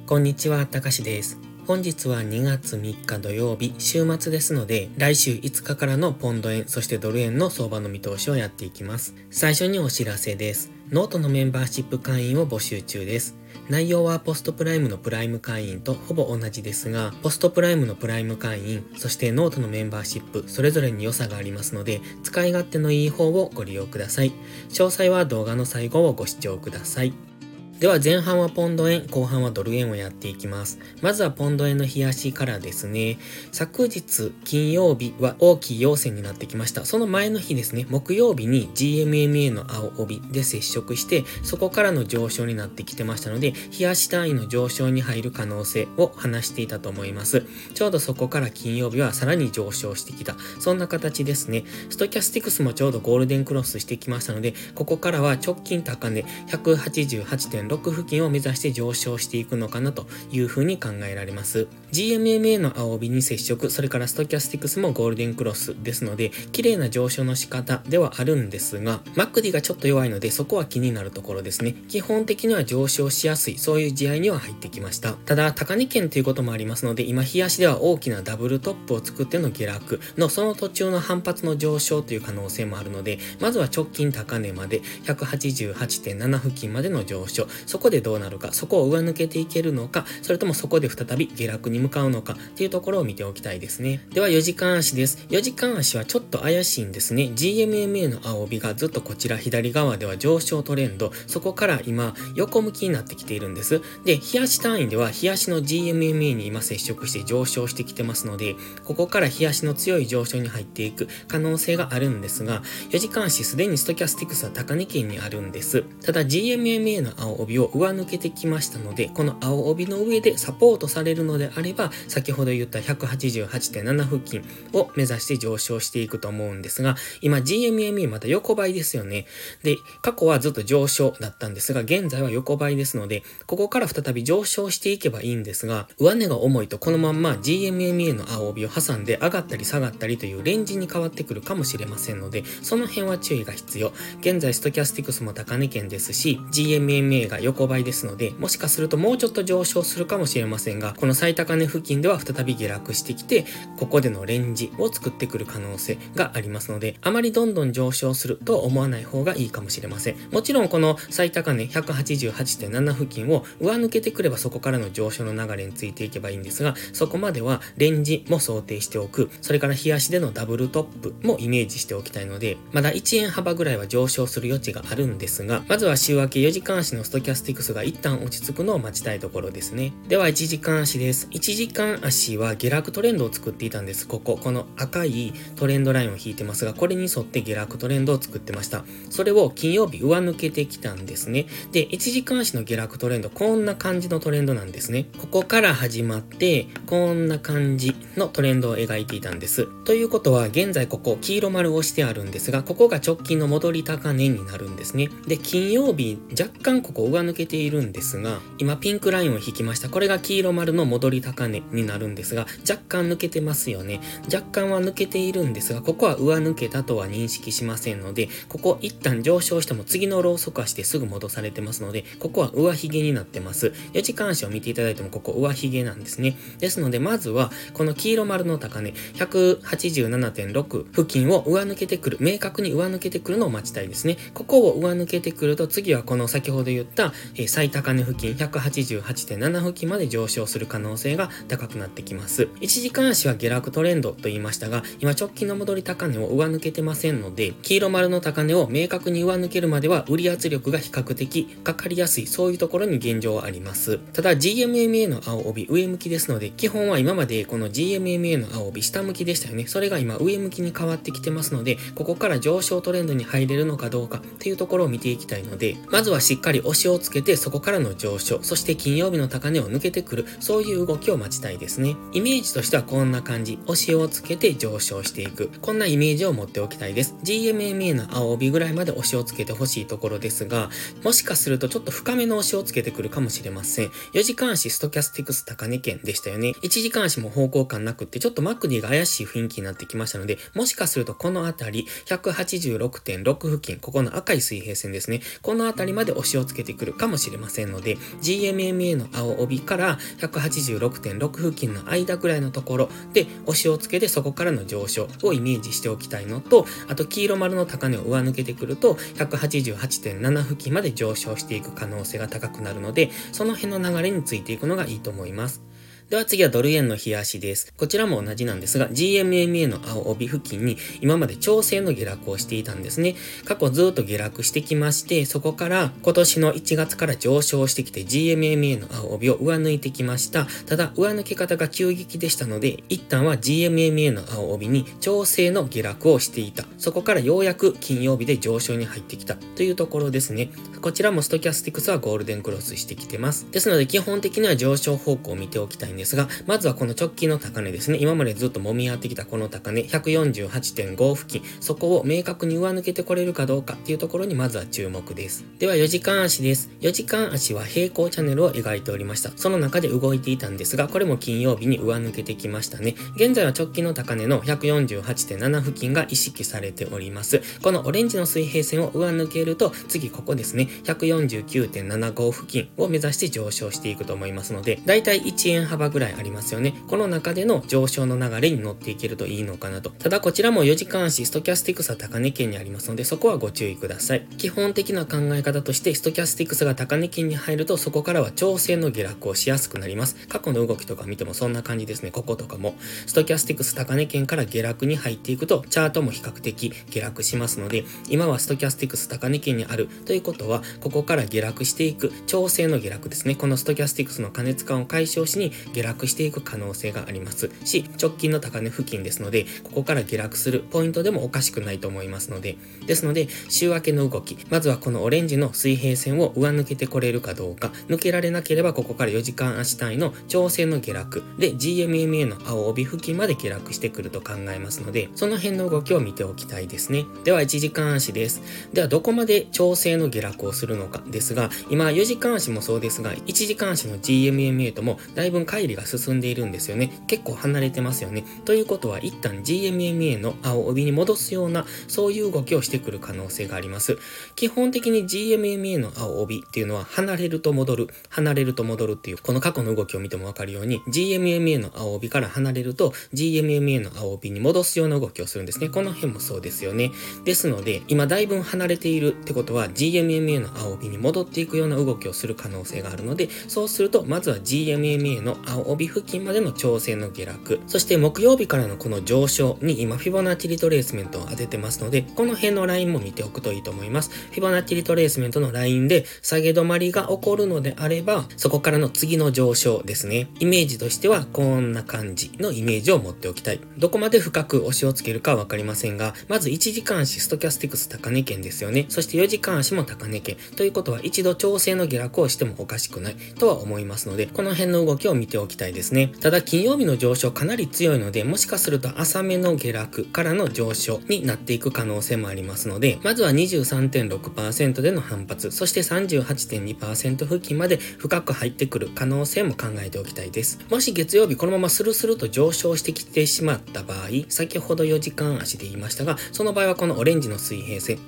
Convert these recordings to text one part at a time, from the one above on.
こんにちは、たかしです。本日は2月3日土曜日、週末ですので、来週5日からのポンド円、そしてドル円の相場の見通しをやっていきます。最初にお知らせです。ノートのメンバーシップ会員を募集中です。内容はポストプライムのプライム会員とほぼ同じですが、ポストプライムのプライム会員、そしてノートのメンバーシップ、それぞれに良さがありますので、使い勝手のいい方をご利用ください。詳細は動画の最後をご視聴ください。では前半はポンド円、後半はドル円をやっていきます。まずはポンド円の冷やしからですね。昨日金曜日は大きい陽線になってきました。その前の日ですね、木曜日に GMMA の青帯で接触して、そこからの上昇になってきてましたので、冷やし単位の上昇に入る可能性を話していたと思います。ちょうどそこから金曜日はさらに上昇してきた。そんな形ですね。ストキャスティクスもちょうどゴールデンクロスしてきましたので、ここからは直近高値 188.6付近を目指して上昇していくのかなというふうに考えられます。GMMA の青帯に接触、それからストキャスティクスもゴールデンクロスですので、綺麗な上昇の仕方ではあるんですが、MACD がちょっと弱いのでそこは気になるところですね。基本的には上昇しやすい、そういう試合には入ってきました。ただ、高値圏ということもありますので、今、冷やしでは大きなダブルトップを作っての下落のその途中の反発の上昇という可能性もあるので、まずは直近高値まで 188.7 付近までの上昇、そこでどうなるか、そこを上抜けていけるのか、それともそこで再び下落に向かうのかっていうところを見ておきたいですね。では4時間足です。4時間足はちょっと怪しいんですね。GMMA の青帯がずっとこちら左側では上昇トレンド、そこから今横向きになってきているんです。で、冷やし単位では冷やしの GMMA に今接触して上昇してきてますので、ここから冷やしの強い上昇に入っていく可能性があるんですが、4時間足すでにストキャスティクスは高値圏にあるんです。ただ GMMA の青帯を上抜けてきましたので、この青帯の上でサポートされるのであれば、先ほど言った 188.7 付近を目指して上昇していくと思うんですが、今 GMMA また横ばいですよね。で、過去はずっと上昇だったんですが、現在は横ばいですので、ここから再び上昇していけばいいんですが、上値が重いとこのまんま GMMA の青帯を挟んで上がったり下がったりというレンジに変わってくるかもしれませんので、その辺は注意が必要。現在ストキャスティクスも高値圏ですし、GMMA が横ばいですので、もしかするともうちょっと上昇するかもしれませんが、この最高値付近では再び下落してきて、ここでのレンジを作ってくる可能性がありますので、あまりどんどん上昇すると思わない方がいいかもしれません。もちろんこの最高値 188.7 付近を上抜けてくればそこからの上昇の流れについていけばいいんですが、そこまではレンジも想定しておく、それから冷やしでのダブルトップもイメージしておきたいので、まだ1円幅ぐらいは上昇する余地があるんですが、まずは週明け4時間足のストキャスティクスが一旦落ち着くのを待ちたいところですね。では1時間足です。1時間足は下落トレンドを作っていたんです。この赤いトレンドラインを引いてますが、これに沿って下落トレンドを作ってました。それを金曜日上抜けてきたんですね。で、1時間足の下落トレンド、こんな感じのトレンドなんですね。ここから始まって、こんな感じのトレンドを描いていたんです。ということは、現在ここ黄色丸を押してあるんですが、ここが直近の戻り高値になるんですね。で、金曜日、若干ここ上抜けているんですが、今ピンクラインを引きました。これが黄色丸の戻り高値になるんですが、若干抜けてますよね。若干は抜けているんですが、ここは上抜けたとは認識しませんので、ここ一旦上昇しても次のローソク足ですぐ戻されてますので、ここは上髭になってます。4時間足を見ていただいてもここ上髭なんですね。ですので、まずはこの黄色丸の高値、187.6 付近を上抜けてくる、明確に上抜けてくるのを待ちたいですね。ここを上抜けてくると、次はこの先ほど言った最高値付近 188.7 付近まで上昇する可能性が高くなってきます。1時間足は下落トレンドと言いましたが、今直近の戻り高値を上抜けてませんので、黄色丸の高値を明確に上抜けるまでは売り圧力が比較的かかりやすい、そういうところに現状はあります。ただ GMMA の青帯上向きですので、基本は今までこの GMMA の青帯下向きでしたよね。それが今上向きに変わってきてますので、ここから上昇トレンドに入れるのかどうかっていうところを見ていきたいので、まずはしっかり押しをつけてそこからの上昇、そして金曜日の高値を抜けてくる、そういう動きを待ちたいですね。イメージとしてはこんな感じ、押しをつけて上昇していく、こんなイメージを持っておきたいです。GMMA の青帯ぐらいまで押しをつけてほしいところですが、もしかするとちょっと深めの押しをつけてくるかもしれません。4時間足ストキャスティクス高値圏でしたよね。1時間足も方向感なくって、ちょっとマクディが怪しい雰囲気になってきましたので、もしかするとこのあたり 186.6 付近、ここの赤い水平線ですね、このあたりまで押しをつけてくくるかもしれませんので、GMMA の青帯から 186.6 付近の間ぐらいのところで押しをつけて、そこからの上昇をイメージしておきたいのと、あと黄色丸の高値を上抜けてくると 188.7 付近まで上昇していく可能性が高くなるので、その辺の流れについていくのがいいと思います。では次はドル円の冷やしです。こちらも同じなんですが、GMMA の青帯付近に今まで調整の下落をしていたんですね。過去ずっと下落してきまして、そこから今年の1月から上昇してきて GMMA の青帯を上抜いてきました。ただ、上抜け方が急激でしたので、一旦は GMMA の青帯に調整の下落をしていた。そこからようやく金曜日で上昇に入ってきたというところですね。こちらもストキャスティクスはゴールデンクロスしてきてます。ですので、基本的には上昇方向を見ておきたいんですが、まずはこの直近の高値ですね。今までずっと揉み合ってきたこの高値、148.5 付近、そこを明確に上抜けてこれるかどうかっていうところにまずは注目です。では4時間足です。4時間足は平行チャンネルを描いておりました。その中で動いていたんですが、これも金曜日に上抜けてきましたね。現在は直近の高値の 148.7 付近が意識されております。このオレンジの水平線を上抜けると、次ここですね、149.75 付近を目指して上昇していくと思いますので、だいたい1円幅ぐらいありますよね。この中での上昇の流れに乗っていけるといいのかなと。ただこちらも4時間足ストキャスティクスは高値圏にありますので、そこはご注意ください。基本的な考え方として、ストキャスティクスが高値圏に入ると、そこからは調整の下落をしやすくなります。過去の動きとか見てもそんな感じですね。こことかもストキャスティクス高値圏から下落に入っていくと、チャートも比較的下落しますので、今はストキャスティクス高値圏にあるということは、ここから下落していく調整の下落ですね。このストキャスティクスの過熱感を解消しに下落していく可能性がありますし、直近の高値付近ですので、ここから下落するポイントでもおかしくないと思いますので、ですので週明けの動き、まずはこのオレンジの水平線を上抜けてこれるかどうか、抜けられなければここから4時間足単位の調整の下落で GMMA の青帯付近まで下落してくると考えますので、その辺の動きを見ておきたいですね。では1時間足です。ではどこまで調整の下落をするのかですが、今4時間足もそうですが、1時間足の GMMA ともだいぶ乖離が進んでいるんですよね。結構離れてますよね。ということは一旦 GMMA の青帯に戻すような、そういう動きをしてくる可能性があります。基本的に GMMA の青帯っていうのは離れると戻る、離れると戻るっていう、この過去の動きを見てもわかるように、GMMA の青帯から離れると GMMA の青帯に戻すような動きをするんですね。この辺もそうですよね。ですので、今だいぶ離れているってことは GMMA の青帯に戻っていくような動きをする可能性があるので、そうするとまずは GMMA の青帯付近までの調整の下落、そして木曜日からのこの上昇に今フィボナッチリトレースメントを当ててますので、この辺のラインも見ておくといいと思います。フィボナッチリトレースメントのラインで下げ止まりが起こるのであれば、そこからの次の上昇ですね。イメージとしてはこんな感じのイメージを持っておきたい。どこまで深く押しをつけるかはわかりませんが、まず1時間足ストキャスティクス高値圏ですよね。そして4時間足も高値圏ということは、一度調整の下落をしてもおかしくないとは思いますので、この辺の動きを見ておきたいですね。ただ金曜日の上昇かなり強いので、もしかすると浅めの下落からの上昇になっていく可能性もありますので、まずは 23.6% での反発、そして 38.2% 付近まで深く入ってくる可能性も考えておきたいです。もし月曜日このままスルスルと上昇してきてしまった場合、先ほど4時間足で言いましたが、その場合はこのオレンジの水平線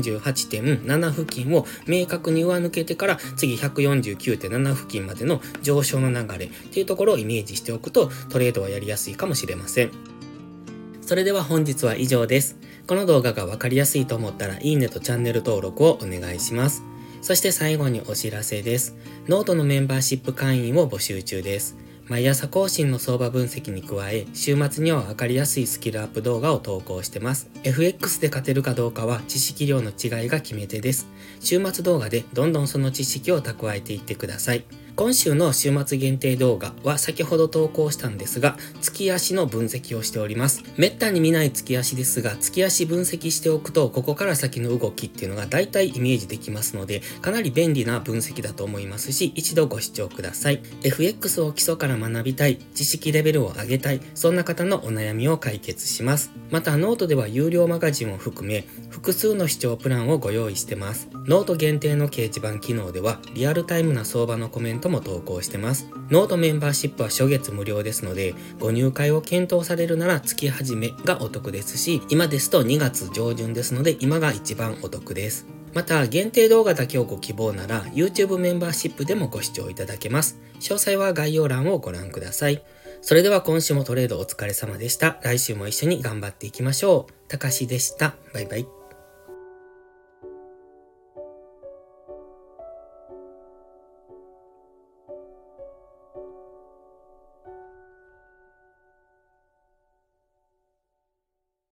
148.7 付近を明確に上抜けてから、次 149.7 付近までの上昇の流れっていうところをイメージしておくと、トレードはやりやすいかもしれません。それでは本日は以上です。この動画がわかりやすいと思ったら、いいねとチャンネル登録をお願いします。そして最後にお知らせです。ノートのメンバーシップ会員を募集中です。毎朝更新の相場分析に加え、週末にはわかりやすいスキルアップ動画を投稿してます。FX で勝てるかどうかは知識量の違いが決め手です。週末動画でどんどんその知識を蓄えていってください。今週の週末限定動画は先ほど投稿したんですが、月足の分析をしております。めったに見ない月足ですが、月足分析しておくと、ここから先の動きっていうのが大体イメージできますので、かなり便利な分析だと思いますし、一度ご視聴ください。FX を基礎から学びたい、知識レベルを上げたい、そんな方のお悩みを解決します。またノートでは有料マガジンを含め、複数の視聴プランをご用意してます。ノート限定の掲示板機能では、リアルタイムな相場のコメントも投稿してます。ノートメンバーシップは初月無料ですので、ご入会を検討されるなら月始めがお得ですし、今ですと2月上旬ですので、今が一番お得です。 また、限定動画だけをご希望なら YouTube メンバーシップでもご視聴いただけます。詳細は概要欄をご覧ください。それでは今週もトレードお疲れ様でした。来週も一緒に頑張っていきましょう。たかしでした。バイバイ。